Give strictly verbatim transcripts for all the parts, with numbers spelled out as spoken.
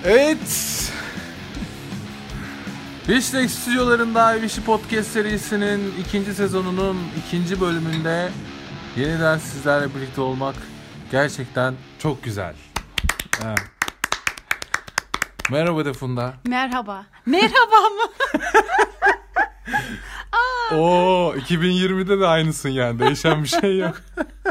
Evet. Vişnek Stüdyolarında Vişi Podcast serisinin ikinci sezonunun ikinci bölümünde yeniden sizlerle birlikte olmak gerçekten çok güzel. Evet. Merhaba de Funda. Merhaba. Merhaba mı? Oo, iki bin yirmide de aynısın yani. Değişen bir şey yok.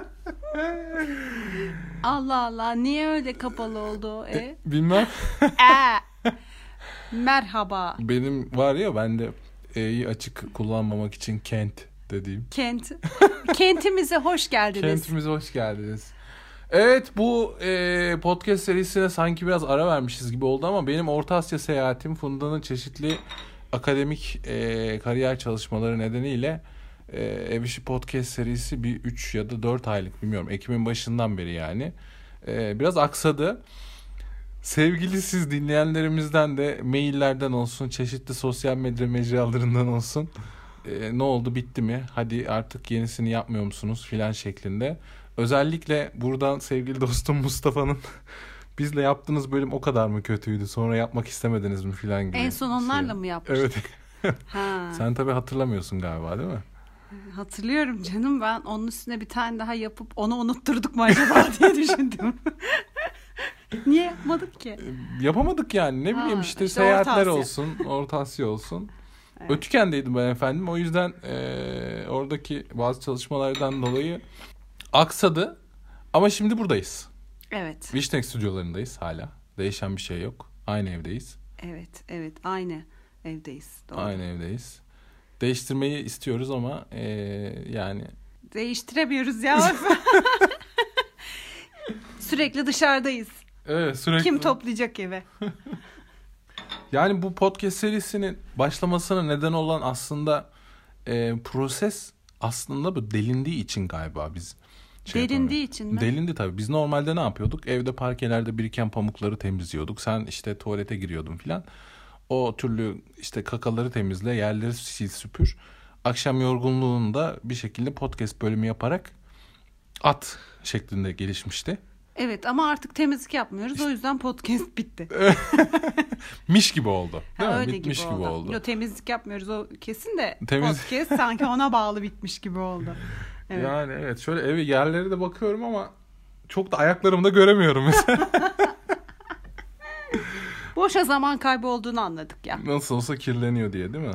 Allah Allah. Niye öyle kapalı oldu? E? Bilmem. e. Merhaba. Benim var ya, ben de E'yi açık kullanmamak için kent dediğim. Kent. Kentimize hoş geldiniz. Kentimize hoş geldiniz. Evet, bu e, podcast serisine sanki biraz ara vermişiz gibi oldu ama benim Orta Asya seyahatim, Funda'nın çeşitli akademik e, kariyer çalışmaları nedeniyle e, Evişi Podcast serisi bir üç ya da dört aylık, bilmiyorum, Ekim'in başından beri yani e, biraz aksadı. Sevgili siz dinleyenlerimizden de maillerden olsun, çeşitli sosyal medya mecralarından olsun e, ne oldu, bitti mi, hadi artık yenisini yapmıyor musunuz filan şeklinde. Özellikle buradan sevgili dostum Mustafa'nın bizle yaptığınız bölüm o kadar mı kötüydü, sonra yapmak istemediniz mi filan gibi. En son onlarla şey. mı yapmıştık? Evet. Ha. Sen tabii hatırlamıyorsun galiba, değil mi? Hatırlıyorum canım, ben onun üstüne bir tane daha yapıp onu unutturduk mu acaba diye düşündüm. Niye yapmadık ki? Yapamadık yani, ne Ha, bileyim işte, işte seyahatler Orta Asya. olsun, Orta Asya olsun. Evet. Ötüken'deydim ben efendim, o yüzden e, oradaki bazı çalışmalardan dolayı aksadı. Ama şimdi buradayız. Evet. Vişnek Stüdyolarındayız hala. Değişen bir şey yok. Aynı evdeyiz. Evet, evet. Aynı evdeyiz. Doğru. Aynı evdeyiz. Değiştirmeyi istiyoruz ama e, yani... Değiştiremiyoruz ya. Sürekli dışarıdayız. Evet, sürekli... Kim toplayacak eve? Yani bu podcast serisinin başlamasına neden olan aslında e, proses aslında bu delindiği için galiba biz... Şey Delindiği için mi? Delindi tabii. Biz normalde ne yapıyorduk? Evde parkelerde biriken pamukları temizliyorduk. Sen işte tuvalete giriyordun filan. O türlü işte kakaları temizle, yerleri sil süpür. Akşam yorgunluğunda bir şekilde podcast bölümü yaparak at şeklinde gelişmişti. Evet, ama artık temizlik yapmıyoruz. İşte... O yüzden podcast bitti. Miş gibi oldu. Değil ha, mi? öyle Bitmiş gibi gibi oldu. oldu. Yo, temizlik yapmıyoruz o kesin de Temiz... podcast sanki ona bağlı bitmiş gibi oldu. Evet. Yani evet, şöyle evi yerlere de bakıyorum ama çok da ayaklarımı da göremiyorum mesela. Boşa zaman kaybı olduğunu anladık ya. Nasıl olsa kirleniyor diye, değil mi?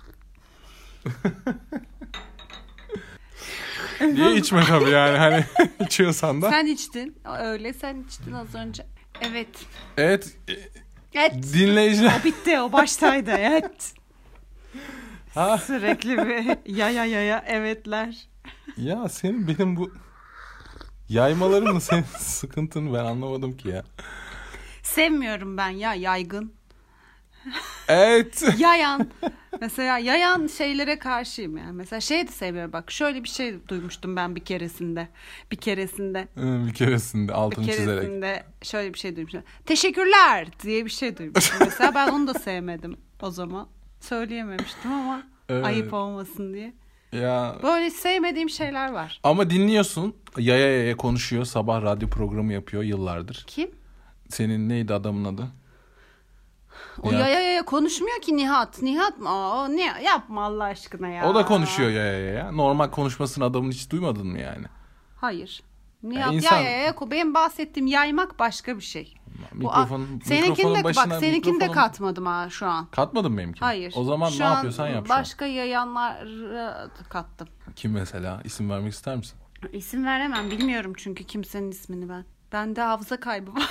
Niye içme tabii yani, hani içiyorsan da. Sen içtin. Öyle sen içtin az önce. Evet. Evet. Evet. Dinleyiciler. O bitti, o baştaydı. Evet. Ha. Sürekli bir yaya yaya evetler. Ya senin benim bu yaymalarımla senin sıkıntını ben anlamadım ki ya. Sevmiyorum ben ya yaygın. Evet. Yayan. Mesela yayan şeylere karşıyım yani. Mesela şey de sevmiyorum, bak şöyle bir şey duymuştum ben bir keresinde. Bir keresinde. Bir keresinde altını bir çizerek. Bir keresinde şöyle bir şey duymuştum. Teşekkürler diye bir şey duymuştum. Mesela ben onu da sevmedim o zaman. Söyleyememiştim ama evet. Ayıp olmasın diye. Ya. Böyle sevmediğim şeyler var. Ama dinliyorsun. Yaya yaya konuşuyor. Sabah radyo programı yapıyor yıllardır. Kim? Senin neydi adamın adı? O Nihat. Yaya yaya konuşmuyor ki Nihat. Nihat mı? O ne yapma Allah aşkına ya. O da konuşuyor yaya yaya. Normal konuşmasını adamın hiç duymadın mı yani? Hayır. Nihat ya insan... yaya yaya. Benim bahsettiğim yaymak başka bir şey. Mikrofon, Bu, seninkini de başına, bak seninkini mikrofonun... de katmadım ha şu an. Katmadın mı benimkini? Hayır. O zaman şu ne yapıyorsan yap şu an. Başka yayanlara kattım. Kim mesela? İsim vermek ister misin? İsim veremem. Bilmiyorum çünkü kimsenin ismini ben. Bende hafıza kaybı var.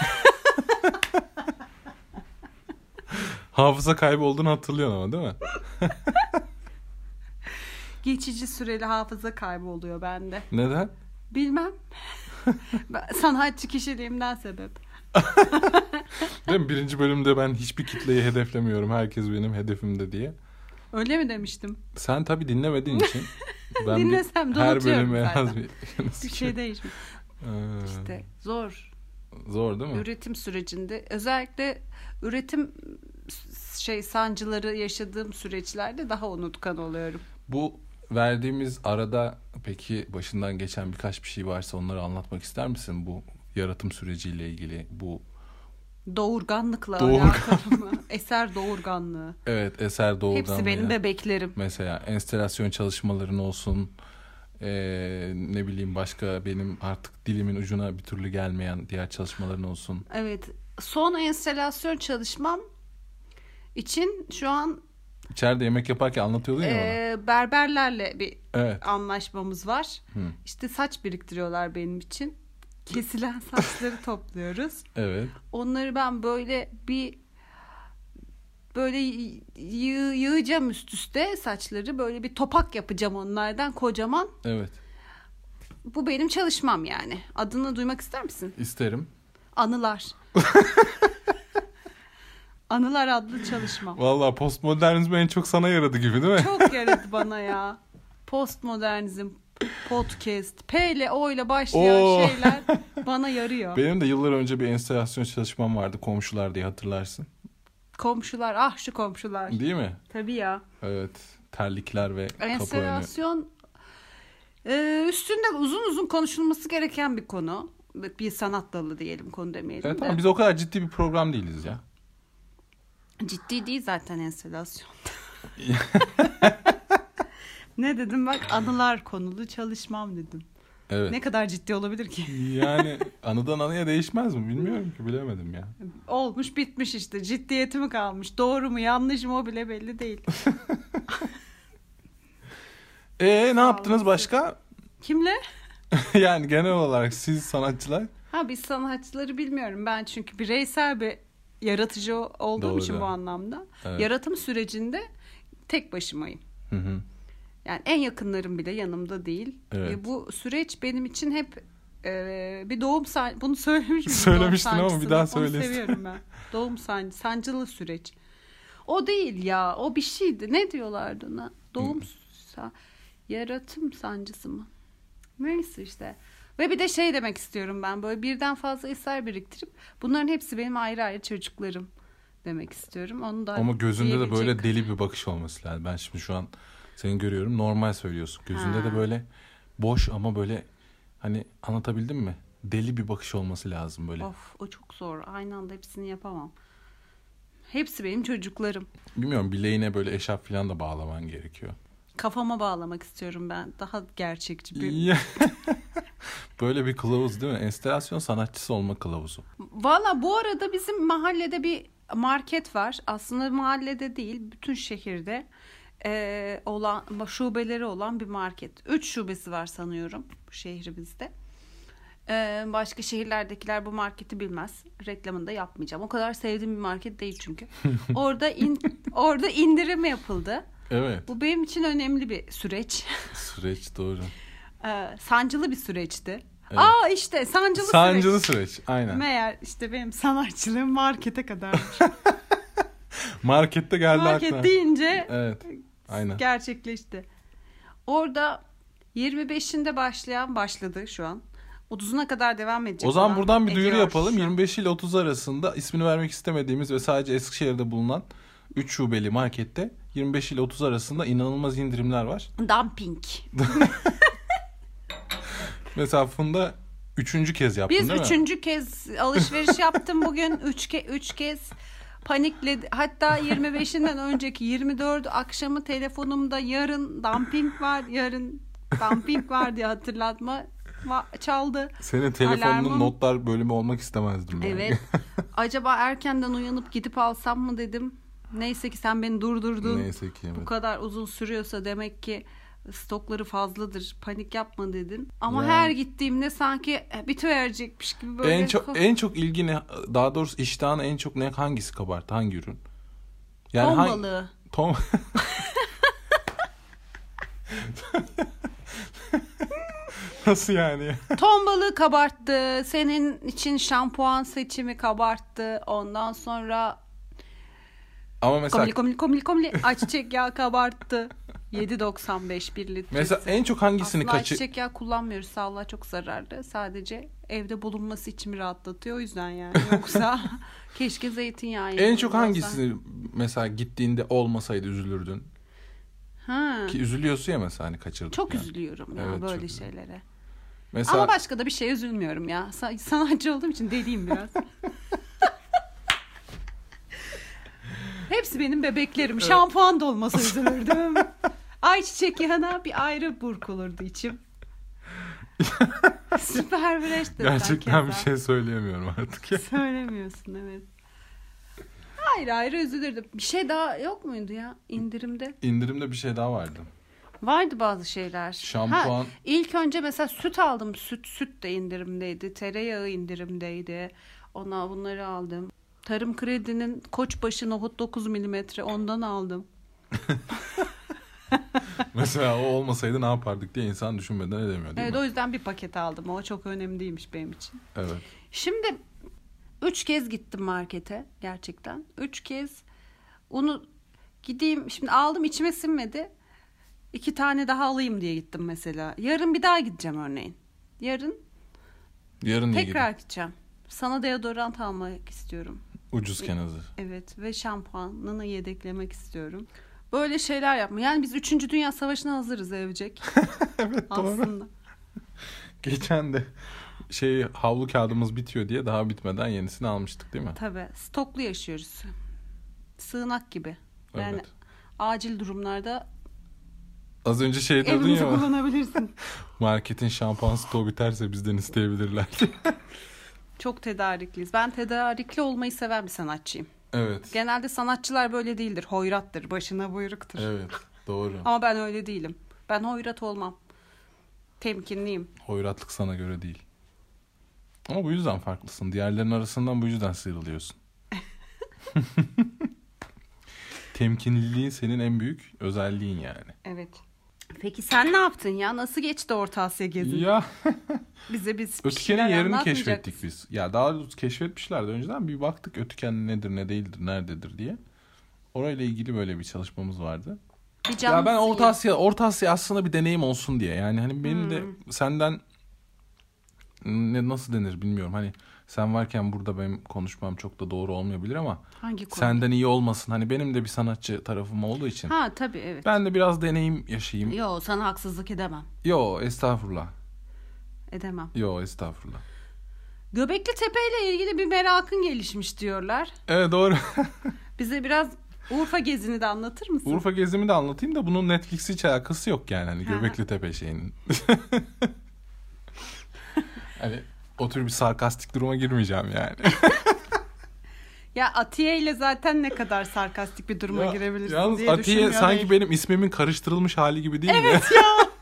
Hafıza kaybı olduğunu hatırlıyorsun ama, değil mi? Geçici süreli hafıza kaybı oluyor bende. Neden? Bilmem. Sanatçı kişiliğimden sebep. Değil mi? Birinci bölümde ben hiçbir kitleyi hedeflemiyorum. Herkes benim hedefimde diye. Öyle mi demiştim? Sen tabii dinlemediğin için. Ben dinlesem de her unutuyorum bölüme zaten. bir, bir şey değişmiyor. Ee, İşte zor. Zor değil mi? Üretim sürecinde özellikle üretim şey sancıları yaşadığım süreçlerde daha unutkan oluyorum. Bu verdiğimiz arada peki başından geçen birkaç bir şey varsa onları anlatmak ister misin? Bu yaratım süreciyle ilgili, bu Doğurganlıkla Doğurgan. alakalı mı? Eser doğurganlığı. Evet, eser doğurganlığı. Hepsi benim bebeklerim. Mesela enstelasyon çalışmaların olsun. Ee, ne bileyim başka benim artık dilimin ucuna bir türlü gelmeyen diğer çalışmaların olsun. Evet. Son enstelasyon çalışmam için şu an İçeride yemek yaparken anlatıyordun ya e, bana. berberlerle bir Evet. anlaşmamız var. Hı. İşte saç biriktiriyorlar benim için. Kesilen saçları topluyoruz. Evet. Onları ben böyle bir böyle yığ, yığacağım üst üste saçları. Böyle bir topak yapacağım onlardan kocaman. Evet. Bu benim çalışmam yani. Adını duymak ister misin? İsterim. Anılar. Anılar adlı çalışmam. Vallahi postmodernizm en çok sana yaradı gibi değil mi? Çok yaradı bana ya. Postmodernizm, podcast, P ile O ile başlayan Oo. şeyler bana yarıyor. Benim de yıllar önce bir enstelasyon çalışmam vardı. Komşular diye hatırlarsın. Komşular, ah şu komşular. Değil mi? Tabii ya. Evet. Terlikler ve kapı önü. Enstelasyon e, üstünde uzun uzun konuşulması gereken bir konu. Bir sanat dalı diyelim, konu demeyelim Evet de. ama biz o kadar ciddi bir program değiliz ya. Ciddi değil zaten enstelasyon. Ne dedim bak, anılar konulu çalışmam dedim. Evet. Ne kadar ciddi olabilir ki? Yani anıdan anıya değişmez mi? Bilmiyorum ki, bilemedim ya. Olmuş bitmiş işte. Ciddiyeti mi kalmış? Doğru mu yanlış mı o bile belli değil. Ee ne yaptınız başka? Kimle? Yani genel olarak siz sanatçılar. Ha biz sanatçıları bilmiyorum. Ben çünkü bireysel bir yaratıcı olduğum Doğru. için bu anlamda. Evet. Yaratım sürecinde tek başımayım. Hı hı. Yani en yakınlarım bile yanımda değil. Evet. E, bu süreç benim için hep e, bir doğum sancısı. Bunu söylemiş miydim? Söylemiştin Doğum ama bir daha sancısını. söyle. Onu seviyorum ben. Doğum sancı, sancılı süreç. O değil ya. O bir şeydi. Ne diyorlardı ona? Doğum sa- yaratım sancısı mı? Neyse işte. Ve bir de şey demek istiyorum ben. Böyle birden fazla eser biriktirip bunların hepsi benim ayrı ayrı çocuklarım demek istiyorum. Onu da Ama gözünde de diyebilecek- böyle deli bir bakış olması lazım. Ben şimdi şu an seni görüyorum. Normal söylüyorsun. Gözünde Ha. de böyle boş ama böyle, hani anlatabildim mi? Deli bir bakış olması lazım böyle. Of, o çok zor. Aynı anda hepsini yapamam. Hepsi benim çocuklarım. Bilmiyorum, bileğine böyle eşarp falan da bağlaman gerekiyor. Kafama bağlamak istiyorum ben. Daha gerçekçi bir. Ya. Böyle bir kılavuz değil mi? Enstelasyon sanatçısı olma kılavuzu. Valla bu arada bizim mahallede bir market var. Aslında mahallede değil, bütün şehirde e, olan şubeleri olan bir market. Üç şubesi var sanıyorum bu şehrimizde. E, başka şehirlerdekiler bu marketi bilmez. Reklamını da yapmayacağım. O kadar sevdiğim bir market değil çünkü. Orada in, orada indirim yapıldı. Evet. Bu benim için önemli bir süreç. Süreç doğru. Ee, sancılı bir süreçti. Evet. Aa işte sancılı, Sancılı süreç. süreç. Aynen. Meğer işte benim sanatçılığım markete kadarmış. Markette geldi Market aklına. deyince Evet. Aynen. gerçekleşti. Orada yirmi beşinde başlayan başladı şu an. otuzuna kadar devam edecek. O zaman olan buradan bir duyuru ediyor yapalım. şu an. yirmi beş ile otuz arasında ismini vermek istemediğimiz ve sadece Eskişehir'de bulunan üç şubeli markette yirmi beş ile otuz arasında inanılmaz indirimler var. Dumping. Mesela Funda üçüncü kez yaptın Biz değil üçüncü mi? kez alışveriş yaptım bugün. Üç, ke üç kez panikledi. Hatta yirmi beşinden önceki yirmi dördü akşamı telefonumda yarın dumping var, yarın dumping var diye hatırlatma çaldı. Senin telefonunun Alarmım. notlar bölümü olmak istemezdim. Yani. Evet. Acaba erkenden uyanıp gidip alsam mı dedim. Neyse ki sen beni durdurdun. Neyse ki evet. Bu kadar uzun sürüyorsa demek ki stokları fazladır. Panik yapma dedin. Ama Yani. her gittiğimde sanki bitiverecekmiş gibi böyle. En çok en çok ilgini, daha doğrusu iştahını en çok ne, hangisi kabarttı? Hangi ürün? Yani Ton hangi- balığı. Ton Nasıl yani? Ton balığı kabarttı. Senin için şampuan seçimi kabarttı. Ondan sonra Ama mesela komili komili komili komili ayçiçek yağı kabarttı. yedi doksan beş bir litresi. mesela en çok hangisini Aslında kaçı ayçiçek yağı kullanmıyoruz. Sağlığa çok zararlı. Sadece evde bulunması içimi rahatlatıyor. O yüzden yani. Yoksa keşke zeytinyağı en çok olsa. hangisini mesela gittiğinde olmasaydı üzülürdün? Ha. Ki üzülüyorsun ya mesela, hani kaçırdık. Çok yani. üzülüyorum ya Evet, böyle çok üzülüyorum. şeylere. Mesela Ama başka da bir şeye üzülmüyorum ya. Sa- sanatçı olduğum için deliyim biraz. Hepsi benim bebeklerim. Şampuan da olmasa üzülürdüm. Ayçiçek yağına bir ayrı burkulurdu içim. Süper Fresh de Gerçekten bir şey söyleyemiyorum artık ya. Söylemiyorsun, evet. Ayrı ayrı üzülürdüm. Bir şey daha yok muydu ya indirimde? İndirimde bir şey daha vardı. Vardı bazı şeyler. Şampuan. Ha, ilk önce mesela süt aldım. Süt süt de indirimdeydi. Tereyağı indirimdeydi. Ona bunları aldım. Tarım Kredi'nin Koçbaşı nohut dokuz milimetre ondan aldım. Mesela o olmasaydı ne yapardık diye insan düşünmeden edemiyor değil evet, mi? o yüzden bir paket aldım. O çok önemli değilmiş benim için. Evet. Şimdi üç kez gittim markete gerçekten. Üç kez onu gideyim. Şimdi aldım, içime sinmedi. İki tane daha alayım diye gittim mesela. Yarın bir daha gideceğim örneğin. Yarın Yarın niye tekrar gidin? gideceğim. Sana deodorant almak istiyorum. Ucuzken hazır. Evet, ve şampuanını yedeklemek istiyorum. Böyle şeyler yapma. Yani biz üçüncü Dünya Savaşı'na hazırız evcek. Evet, doğru. Aslında. Geçen de şey havlu kağıdımız bitiyor diye daha bitmeden yenisini almıştık değil mi? Tabii. Stoklu yaşıyoruz. Sığınak gibi. Yani Evet. acil durumlarda Az önce şey diyordun evimizi ya. kullanabilirsin. Marketin şampuan stoğu biterse bizden isteyebilirler. Çok tedarikliyiz. Ben tedarikli olmayı seven bir sanatçıyım. Evet. Genelde sanatçılar böyle değildir. Hoyrattır, başına buyruktur. Evet, doğru. Ama ben öyle değilim. Ben hoyrat olmam. Temkinliyim. Hoyratlık sana göre değil. Ama bu yüzden farklısın. Diğerlerin arasından bu yüzden sıyrılıyorsun. Temkinliliğin senin en büyük özelliğin yani. Evet. Peki sen ne yaptın ya? Nasıl geçti Orta Asya gezin? Ya Bize biz Ötüken'in yerini anlatmayacak keşfettik mısın? biz. Ya daha doğrusu keşfetmişlerdi önceden. Bir baktık Ötüken nedir, ne değildir, nerededir diye. Orayla ilgili böyle bir çalışmamız vardı. Bir Ya ben canlısı Orta iyi. Asya, Orta Asya aslında bir deneyim olsun diye. Yani hani benim Hmm. de senden ne nasıl denir bilmiyorum. Hani sen varken burada benim konuşmam çok da doğru olmayabilir ama Hangi konu? senden iyi olmasın. Hani benim de bir sanatçı tarafım olduğu için. Ha tabii, evet. Ben de biraz deneyim yaşayayım. Yo, sana haksızlık edemem. Yo estağfurullah. Edemem. Yo estağfurullah. Göbekli Tepe ile ilgili bir merakın gelişmiş diyorlar. Evet doğru. Bize biraz Urfa gezini de anlatır mısın? Urfa gezimi de anlatayım da bunun Netflix'le hiç alakası yok yani. Hani Ha. Göbekli Tepe şeyinin. Hani o tür bir sarkastik duruma girmeyeceğim yani. Ya Atiye ile zaten ne kadar sarkastik bir duruma Ya, girebilirsin yalnız diye Atiye düşünmüyor sanki değil. benim ismimin karıştırılmış hali gibi değil mi? Evet ya.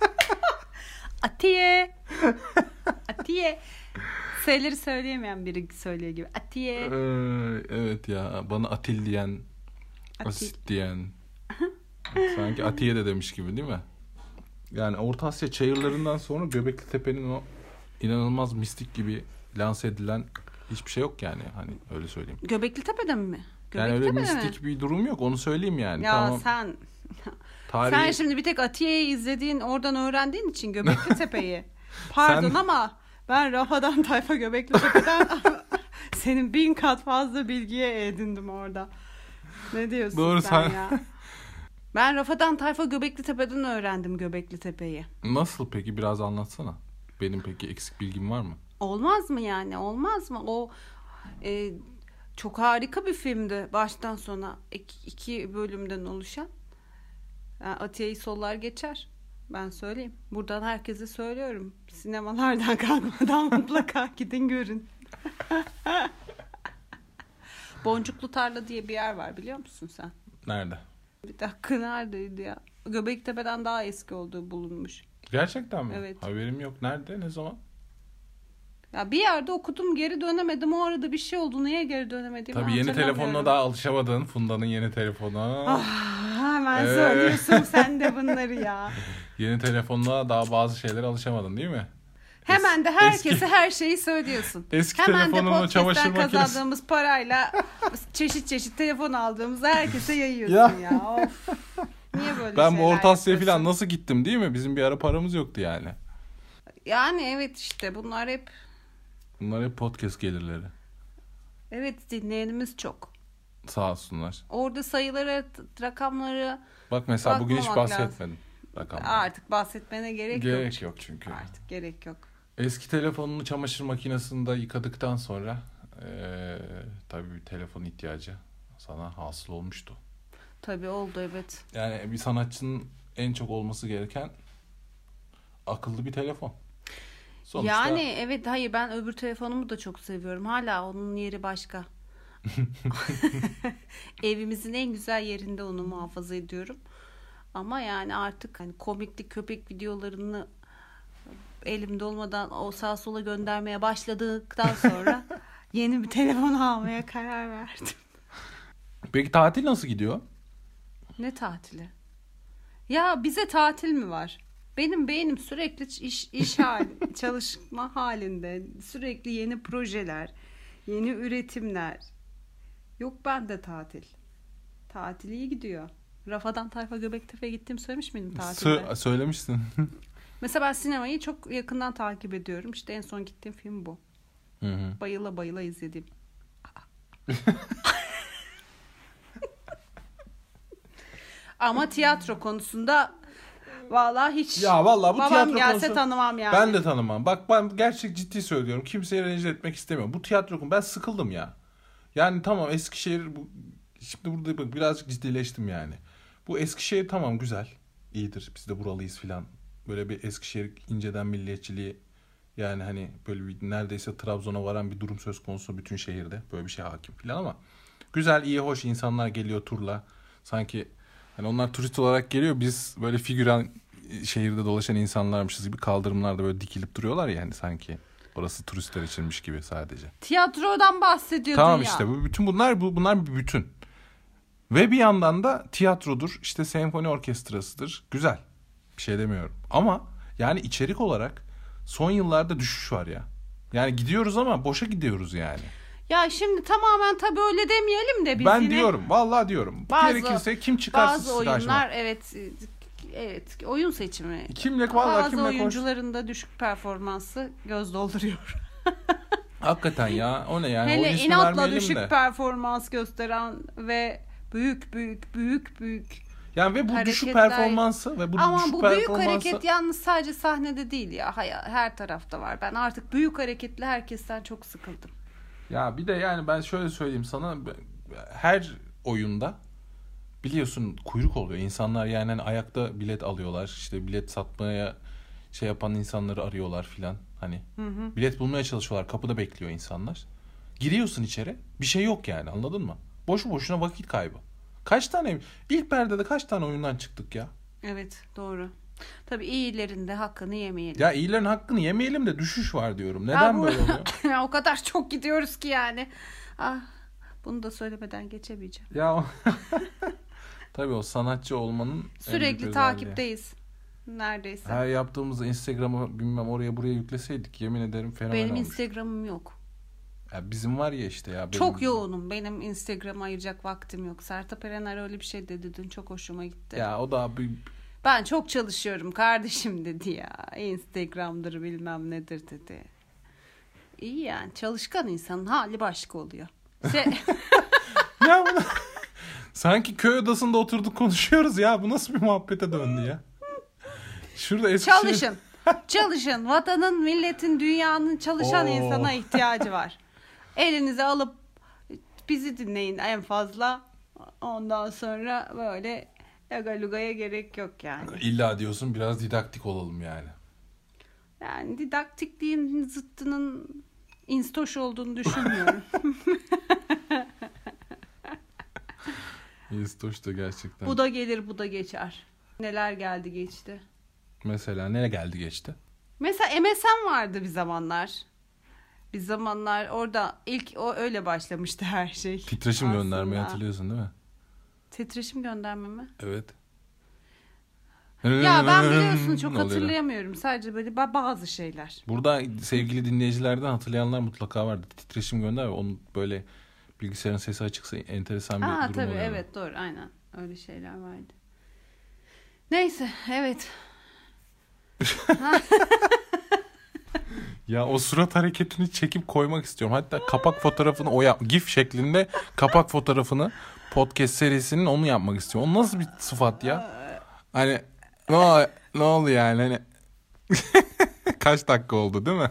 Atiye. Atiye. Şeyleri söyleyemeyen biri söylüyor gibi. Atiye. Ee, evet ya bana Atil diyen, Atil. Asit diyen. Sanki Atiye de demiş gibi değil mi? Yani Orta Asya çayırlarından sonra Göbekli Tepe'nin o inanılmaz mistik gibi lanse edilen hiçbir şey yok yani. Hani öyle söyleyeyim. Göbekli Tepe'de mi? Göbekli Yani öyle Tepe'de mistik mi? bir durum yok. Onu söyleyeyim yani. Ya Tamam. sen Tarihi... sen şimdi bir tek Atiye'yi izlediğin, oradan öğrendiğin için Göbekli Tepe'yi. Pardon Sen- ama ben Rafadan Tayfa Göbekli Tepe'den senin bin kat fazla bilgiye edindim orada. Ne diyorsun Doğru, sen, sen- ya? Ben Rafadan Tayfa Göbekli Tepe'den öğrendim Göbekli Tepe'yi. Nasıl peki? Biraz anlatsana. Benim peki eksik bilgim var mı? Olmaz mı yani? Olmaz mı? O e, çok harika bir filmdi baştan sona. İki, iki bölümden oluşan. Yani Atiye'yi sollar geçer. Ben söyleyeyim. Buradan herkese söylüyorum. Sinemalardan kalkmadan mutlaka gidin görün. Boncuklu Tarla diye bir yer var, biliyor musun sen? Nerede? Bir dakika, neredeydi ya? Göbektepe'den daha eski olduğu bulunmuş. Gerçekten mi? Evet. Haberim yok. Nerede? Ne zaman? Ya bir yerde okudum, geri dönemedim. O arada bir şey oldu. Niye geri dönemediğimi Tabii yeni hatırlamıyorum. telefonuna daha alışamadın. Funda'nın yeni telefonu. Ah, hemen Evet. söylüyorsun sen de bunları ya. Yeni telefonuna daha bazı şeylere alışamadın değil mi? Hemen de Es- herkese eski- her şeyi söylüyorsun. Eski Hemen de telefonumla çamaşır podcast'ten makinesi. kazandığımız parayla çeşit çeşit telefon aldığımızda herkese yayıyorsun Ya. ya. Of. Niye böyle Ben bu şeyler Orta Asya'ya yapıyorsun? falan nasıl gittim değil mi? Bizim bir ara paramız yoktu yani. Yani evet, işte bunlar hep, Bunlar hep podcast gelirleri. evet, dinleyenimiz çok. Sağ olsunlar. Orada sayıları, t- rakamları Bak mesela bugün hiç Bakmamak bahsetmedim. Rakamdan. artık bahsetmene gerek, Gerek yok. yok çünkü. Artık gerek yok. Eski telefonunu çamaşır makinesinde yıkadıktan sonra eee tabii bir telefon ihtiyacı sana hasıl olmuştu. Tabii oldu, evet. Yani bir sanatçının en çok olması gereken akıllı bir telefon. Sonuçta... Yani evet, hayır, ben öbür telefonumu da çok seviyorum. Hala onun yeri başka. Evimizin en güzel yerinde onu muhafaza ediyorum. Ama yani artık hani komikli köpek videolarını elimde olmadan o sağa sola göndermeye başladıktan sonra yeni bir telefon almaya karar verdim. Peki tatil nasıl gidiyor? Ne tatili? Ya bize tatil mi var? Benim beynim sürekli iş, iş hali, çalışma halinde. Sürekli yeni projeler, yeni üretimler. Yok bende tatil. Tatil iyi gidiyor. Rafadan Tayfa Göbektepe'ye gittim, söylemiş miydim tatilde? Sö- söylemişsin. Mesela ben sinemayı çok yakından takip ediyorum. İşte en son gittiğim film bu. Hı hı. Bayıla bayıla izlediğim. Ama tiyatro konusunda vallahi hiç. Ya vallahi bu babam tiyatro gelse konusu, tanımam yani. ben de tanımam. Bak ben gerçek ciddi söylüyorum. Kimseyi rencide etmek istemiyorum. Bu tiyatro konusu, ben sıkıldım ya. Yani tamam Eskişehir bu, şimdi burada bak, birazcık ciddileştim yani. Bu Eskişehir tamam güzel. İyidir. Biz de buralıyız filan. Böyle bir Eskişehir inceden milliyetçiliği, yani hani böyle bir neredeyse Trabzon'a varan bir durum söz konusu bütün şehirde. Böyle bir şey hakim filan ama güzel, iyi, hoş insanlar geliyor turla. Sanki hani onlar turist olarak geliyor. Biz böyle figüran şehirde dolaşan insanlarmışız gibi kaldırımlarda böyle dikilip duruyorlar ya, hani sanki orası turistler içinmiş gibi sadece. Tiyatrodan bahsediyordun Tamam ya. işte bu bütün bunlar bu bunlar bir bütün. Ve bir yandan da tiyatrodur, işte senfoni orkestrasıdır. Güzel. Bir şey demiyorum. Ama yani içerik olarak son yıllarda düşüş var ya. Yani gidiyoruz ama boşa gidiyoruz yani. Ya şimdi tamamen tabii öyle demeyelim de biz ben yine. diyorum, vallahi diyorum. Bazı, Gerekirse kim çıkarsa bazı oyunlar karşıma. evet evet oyun seçimi. Kimle vallahi bazı kimle oyuncuların konuş... da düşük performansı göz dolduruyor. Hakikaten ya, o ne yani? Hele o ismi inatla düşük de. performans gösteren ve büyük büyük büyük büyük yani ve bu hareketler... düşük performansı ve bu ama düşük bu performansı... büyük hareket yalnız sadece sahnede değil ya, her tarafta var. Ben artık büyük hareketli herkesten çok sıkıldım. Ya bir de yani ben şöyle söyleyeyim sana, her oyunda biliyorsun kuyruk oluyor. İnsanlar yani hani ayakta bilet alıyorlar. İşte bilet satmaya şey yapan insanları arıyorlar filan. Hani hı hı. bilet bulmaya çalışıyorlar. Kapıda bekliyor insanlar. Giriyorsun içeri. Bir şey yok yani, anladın mı? Boşu boşuna vakit kaybı. Kaç tane ilk perdede kaç tane oyundan çıktık ya? Evet, doğru. Tabii iyilerin de hakkını yemeyelim. Ya iyilerin hakkını yemeyelim de düşüş var diyorum. Neden bu... böyle oluyor? ya o kadar çok gidiyoruz ki yani. Ah, bunu da söylemeden geçemeyeceğim. Ya tabii o sanatçı olmanın sürekli takipteyiz. Neredeyse. Her yaptığımızda Instagram'a bilmem oraya buraya yükleseydik yemin ederim fenomen benim olmuş. Instagram'ım yok. Ya bizim var ya işte ya. Benim... Çok yoğunum. Benim Instagram'a ayıracak vaktim yok. Sertab Erener öyle bir şey dedi dün, çok hoşuma gitti. Ya o da bir... Ben çok çalışıyorum kardeşim dedi ya. Instagram'dır bilmem nedir dedi. İyi yani, çalışkan insanın hali başka oluyor. Şey... ya bu sanki köy odasında oturduk konuşuyoruz ya. Bu nasıl bir muhabbete döndü ya? Şurada Eskişehir... Çalışın. Çalışın. Vatanın, milletin, dünyanın çalışan Oo. insana ihtiyacı var. Elinize alıp bizi dinleyin en fazla. Ondan sonra böyle yagalugaya gerek yok yani. İlla diyorsun biraz didaktik olalım yani. Yani didaktikliğin zıttının instoş olduğunu düşünmüyorum. İnstoş da gerçekten. Bu da gelir, bu da geçer. Neler geldi geçti. Mesela ne geldi geçti? Mesela M S N vardı bir zamanlar. Bir zamanlar orada ilk o öyle başlamıştı her şey. Titreşim aslında. göndermeyi hatırlıyorsun değil mi? Titreşim gönderme mi? Evet. Ya ben biliyorsun çok Oluyor. hatırlayamıyorum. Sadece böyle bazı şeyler. Burada sevgili dinleyicilerden hatırlayanlar mutlaka vardı. Titreşim gönder ve onun böyle bilgisayarın sesi açıksa enteresan bir Aa, durum tabii, oluyor. evet doğru, aynen öyle şeyler vardı. Neyse, evet. Ya o surat hareketini çekip koymak istiyorum. Hatta kapak fotoğrafını o yap, GIF şeklinde kapak fotoğrafını podcast serisinin onu yapmak istiyorum. O nasıl bir sıfat ya? Hani ne ne oldu yani hani kaç dakika oldu değil mi?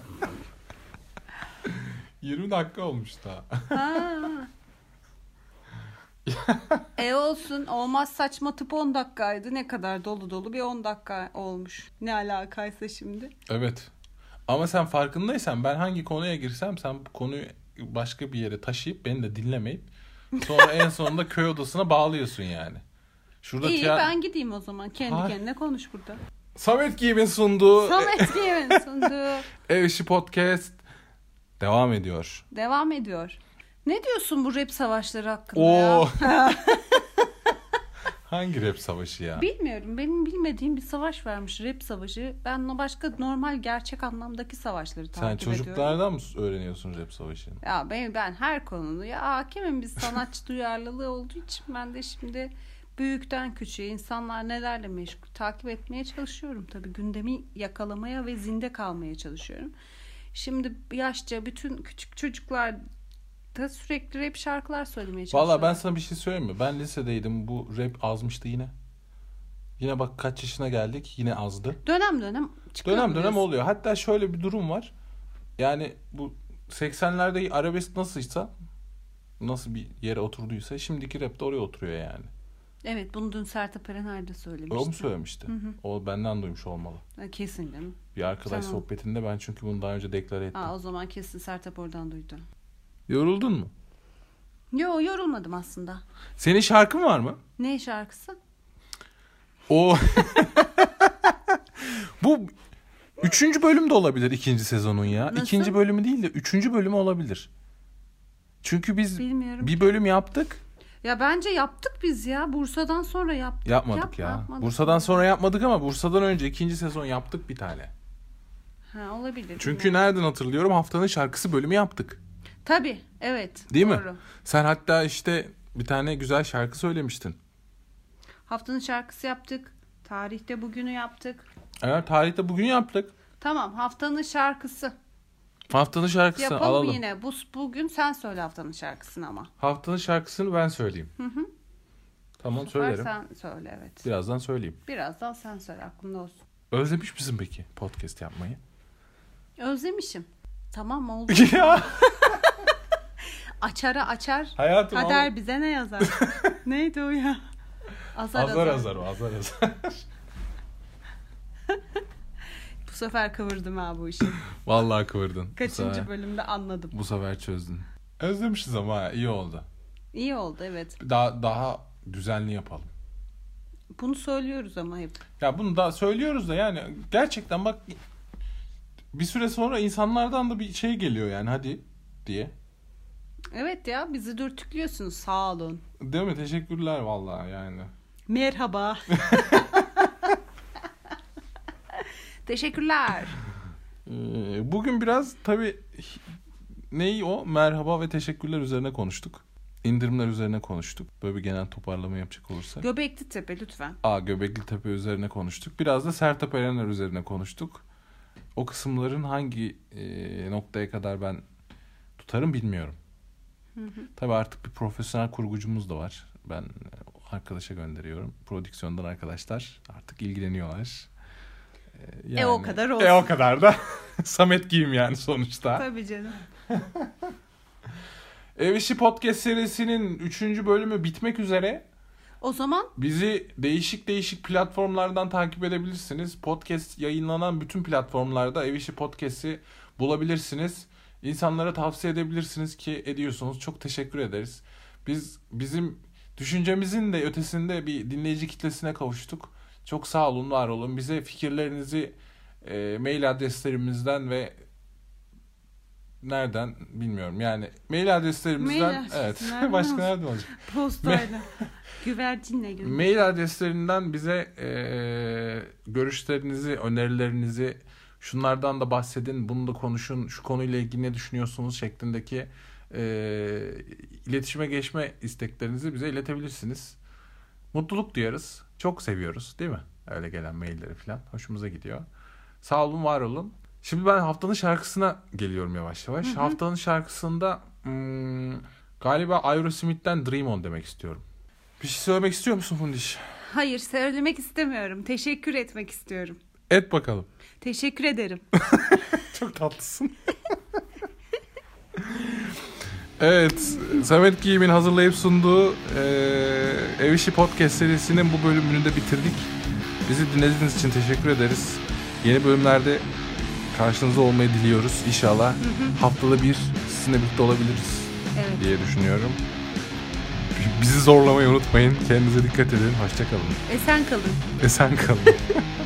yirmi dakika olmuş daha. E olsun, olmaz saçma tıp on dakikaydı. Ne kadar dolu dolu bir on dakika olmuş. Ne alakaysa şimdi. Evet. Ama sen farkındaysan ben hangi konuya girsem sen bu konuyu başka bir yere taşıyıp beni de dinlemeyip sonra en sonunda köy odasına bağlıyorsun yani. Şurada İyi tiyat- ben gideyim o zaman. Kendi Hayır. kendine konuş burada. Samet Giyim'in sunduğu Samet Giyim'in sunduğu Ev İşi Podcast devam ediyor. devam ediyor. Ne diyorsun bu rap savaşları hakkında Oo. ya? Hangi rap savaşı ya? Bilmiyorum. Benim bilmediğim bir savaş varmış. Rap savaşı. Ben o başka normal gerçek anlamdaki savaşları Sen takip ediyorum. çocuklardan mı öğreniyorsun rap savaşını? Ya ben, ben her konunu ya hakemim, biz sanatçı duyarlılığı olduğu için ben de şimdi büyükten küçüğe insanlar nelerle meşgul takip etmeye çalışıyorum. Tabii gündemi yakalamaya ve zinde kalmaya çalışıyorum. Şimdi yaşça bütün küçük çocuklar da sürekli rap şarkılar söylemeye çalışıyorlar. Valla ben sana bir şey söyleyeyim mi? Ben lisedeydim. Bu rap azmıştı yine. Yine bak kaç yaşına geldik. Yine azdı. Dönem dönem çıkıyor. Dönem mu dönem diyorsun? oluyor. Hatta şöyle bir durum var. Yani bu seksenlerde arabesk nasılsa, nasıl bir yere oturduysa şimdiki rap de oraya oturuyor yani. Evet, bunu dün Sertab Erener de söylemişti. O mu söylemişti? Hı hı. O benden duymuş olmalı. Ha, kesin değil mi? Bir arkadaş Tamam. sohbetinde ben çünkü bunu daha önce deklare ettim. Aa, o zaman kesin Sertab oradan duydu. Yoruldun mu? Yo, yorulmadım aslında. Senin şarkın var mı? Ne şarkısı? O bu üçüncü bölüm de olabilir ikinci sezonun ya. Nasıl? İkinci bölümü değil de üçüncü bölümü olabilir. Çünkü biz Bilmiyorum. bir bölüm yaptık. Ya bence yaptık biz ya. Bursa'dan sonra yaptık. Yapmadık Yapma, ya. yapmadık. Bursa'dan sonra yapmadık ama Bursa'dan önce ikinci sezon yaptık bir tane. Ha, olabilir. Çünkü bilmiyorum. nereden hatırlıyorum, haftanın şarkısı bölümü yaptık. Tabii, evet. Değil mi? Doğru. Sen hatta işte bir tane güzel şarkı söylemiştin. Haftanın şarkısı yaptık. Tarihte bugünü yaptık. Evet, tarihte bugün yaptık. Tamam, haftanın şarkısı. Haftanın şarkısını Yapalım alalım. yine. Bu bugün sen söyle haftanın şarkısını ama. Haftanın şarkısını ben söyleyeyim. Hı hı. Tamam, Bu sefer söylerim. sen söyle, evet. Birazdan söyleyeyim. Birazdan sen söyle, aklımda olsun. Özlemiş misin peki podcast yapmayı? Özlemişim. Tamam oldu. Ya Açara açar. hayatım Kader ama- bize ne yazar? Neydi o ya? Azar azar azar. azar o azar azar. Bu sefer kıvırdım ha bu işi. Vallahi kıvırdın. Bu Kaçıncı sefer, bölümde anladım. bu sefer çözdün. Özlemişiz ama ha, iyi oldu. İyi oldu, evet. Daha daha düzenli yapalım. Bunu söylüyoruz ama hep. Ya bunu da söylüyoruz da yani gerçekten bak bir süre sonra insanlardan da bir şey geliyor yani hadi diye. Evet ya, bizi dürtüklüyorsunuz, sağ olun. Değil mi? Teşekkürler vallahi yani. Merhaba. Teşekkürler. Ee, bugün biraz tabii neyi o merhaba ve teşekkürler üzerine konuştuk. İndirimler üzerine konuştuk. Böyle bir genel toparlama yapacak olursak. Göbekli Tepe lütfen. Aa, Göbekli Tepe üzerine konuştuk. Biraz da Sertab Erener üzerine konuştuk. O kısımların hangi e, noktaya kadar ben tutarım bilmiyorum. Hı hı. Tabii artık bir profesyonel kurgucumuz da var. Ben e, arkadaşa gönderiyorum. Prodüksiyondan arkadaşlar artık ilgileniyorlar. E, E o kadar olsun. E o kadar da Samet Giyim yani sonuçta. Tabii canım. Ev İşi Podcast serisinin üçüncü bölümü bitmek üzere. O zaman Bizi değişik değişik platformlardan takip edebilirsiniz. Podcast yayınlanan bütün platformlarda Ev İşi Podcast'i bulabilirsiniz. İnsanlara tavsiye edebilirsiniz ki ediyorsunuz. Çok teşekkür ederiz. Biz bizim düşüncemizin de ötesinde bir dinleyici kitlesine kavuştuk. Çok sağ olun, var olun. Bize fikirlerinizi e, mail adreslerimizden ve nereden bilmiyorum. Yani mail adreslerimizden Mail adresi evet. nereden Başka olsun? nereden olacak? postayla. Güvercinle gönder. Mail adreslerinden bize e, görüşlerinizi, önerilerinizi, şunlardan da bahsedin, bunu da konuşun, şu konuyla ilgili ne düşünüyorsunuz şeklindeki e, iletişime geçme isteklerinizi bize iletebilirsiniz. Mutluluk duyarız. Çok seviyoruz değil mi? Öyle gelen mailleri falan. Hoşumuza gidiyor. Sağ olun, var olun. Şimdi ben haftanın şarkısına geliyorum yavaş yavaş. Hı hı. Haftanın şarkısında hmm, galiba Aerosmith'ten Dream On demek istiyorum. Bir şey söylemek istiyor musun Fundiş? Hayır, söylemek istemiyorum. Teşekkür etmek istiyorum. Et bakalım. Teşekkür ederim. Çok tatlısın. Evet, Samet Giyim'in hazırlayıp sunduğu e, Ev İşi Podcast serisinin bu bölümünü de bitirdik. Bizi dinlediğiniz için teşekkür ederiz. Yeni bölümlerde karşınızda olmayı diliyoruz inşallah. Hı hı. Haftada bir sizinle birlikte olabiliriz evet. diye düşünüyorum. Bizi zorlamayı unutmayın. Kendinize dikkat edin. Hoşça kalın. Esen kalın. Esen kalın.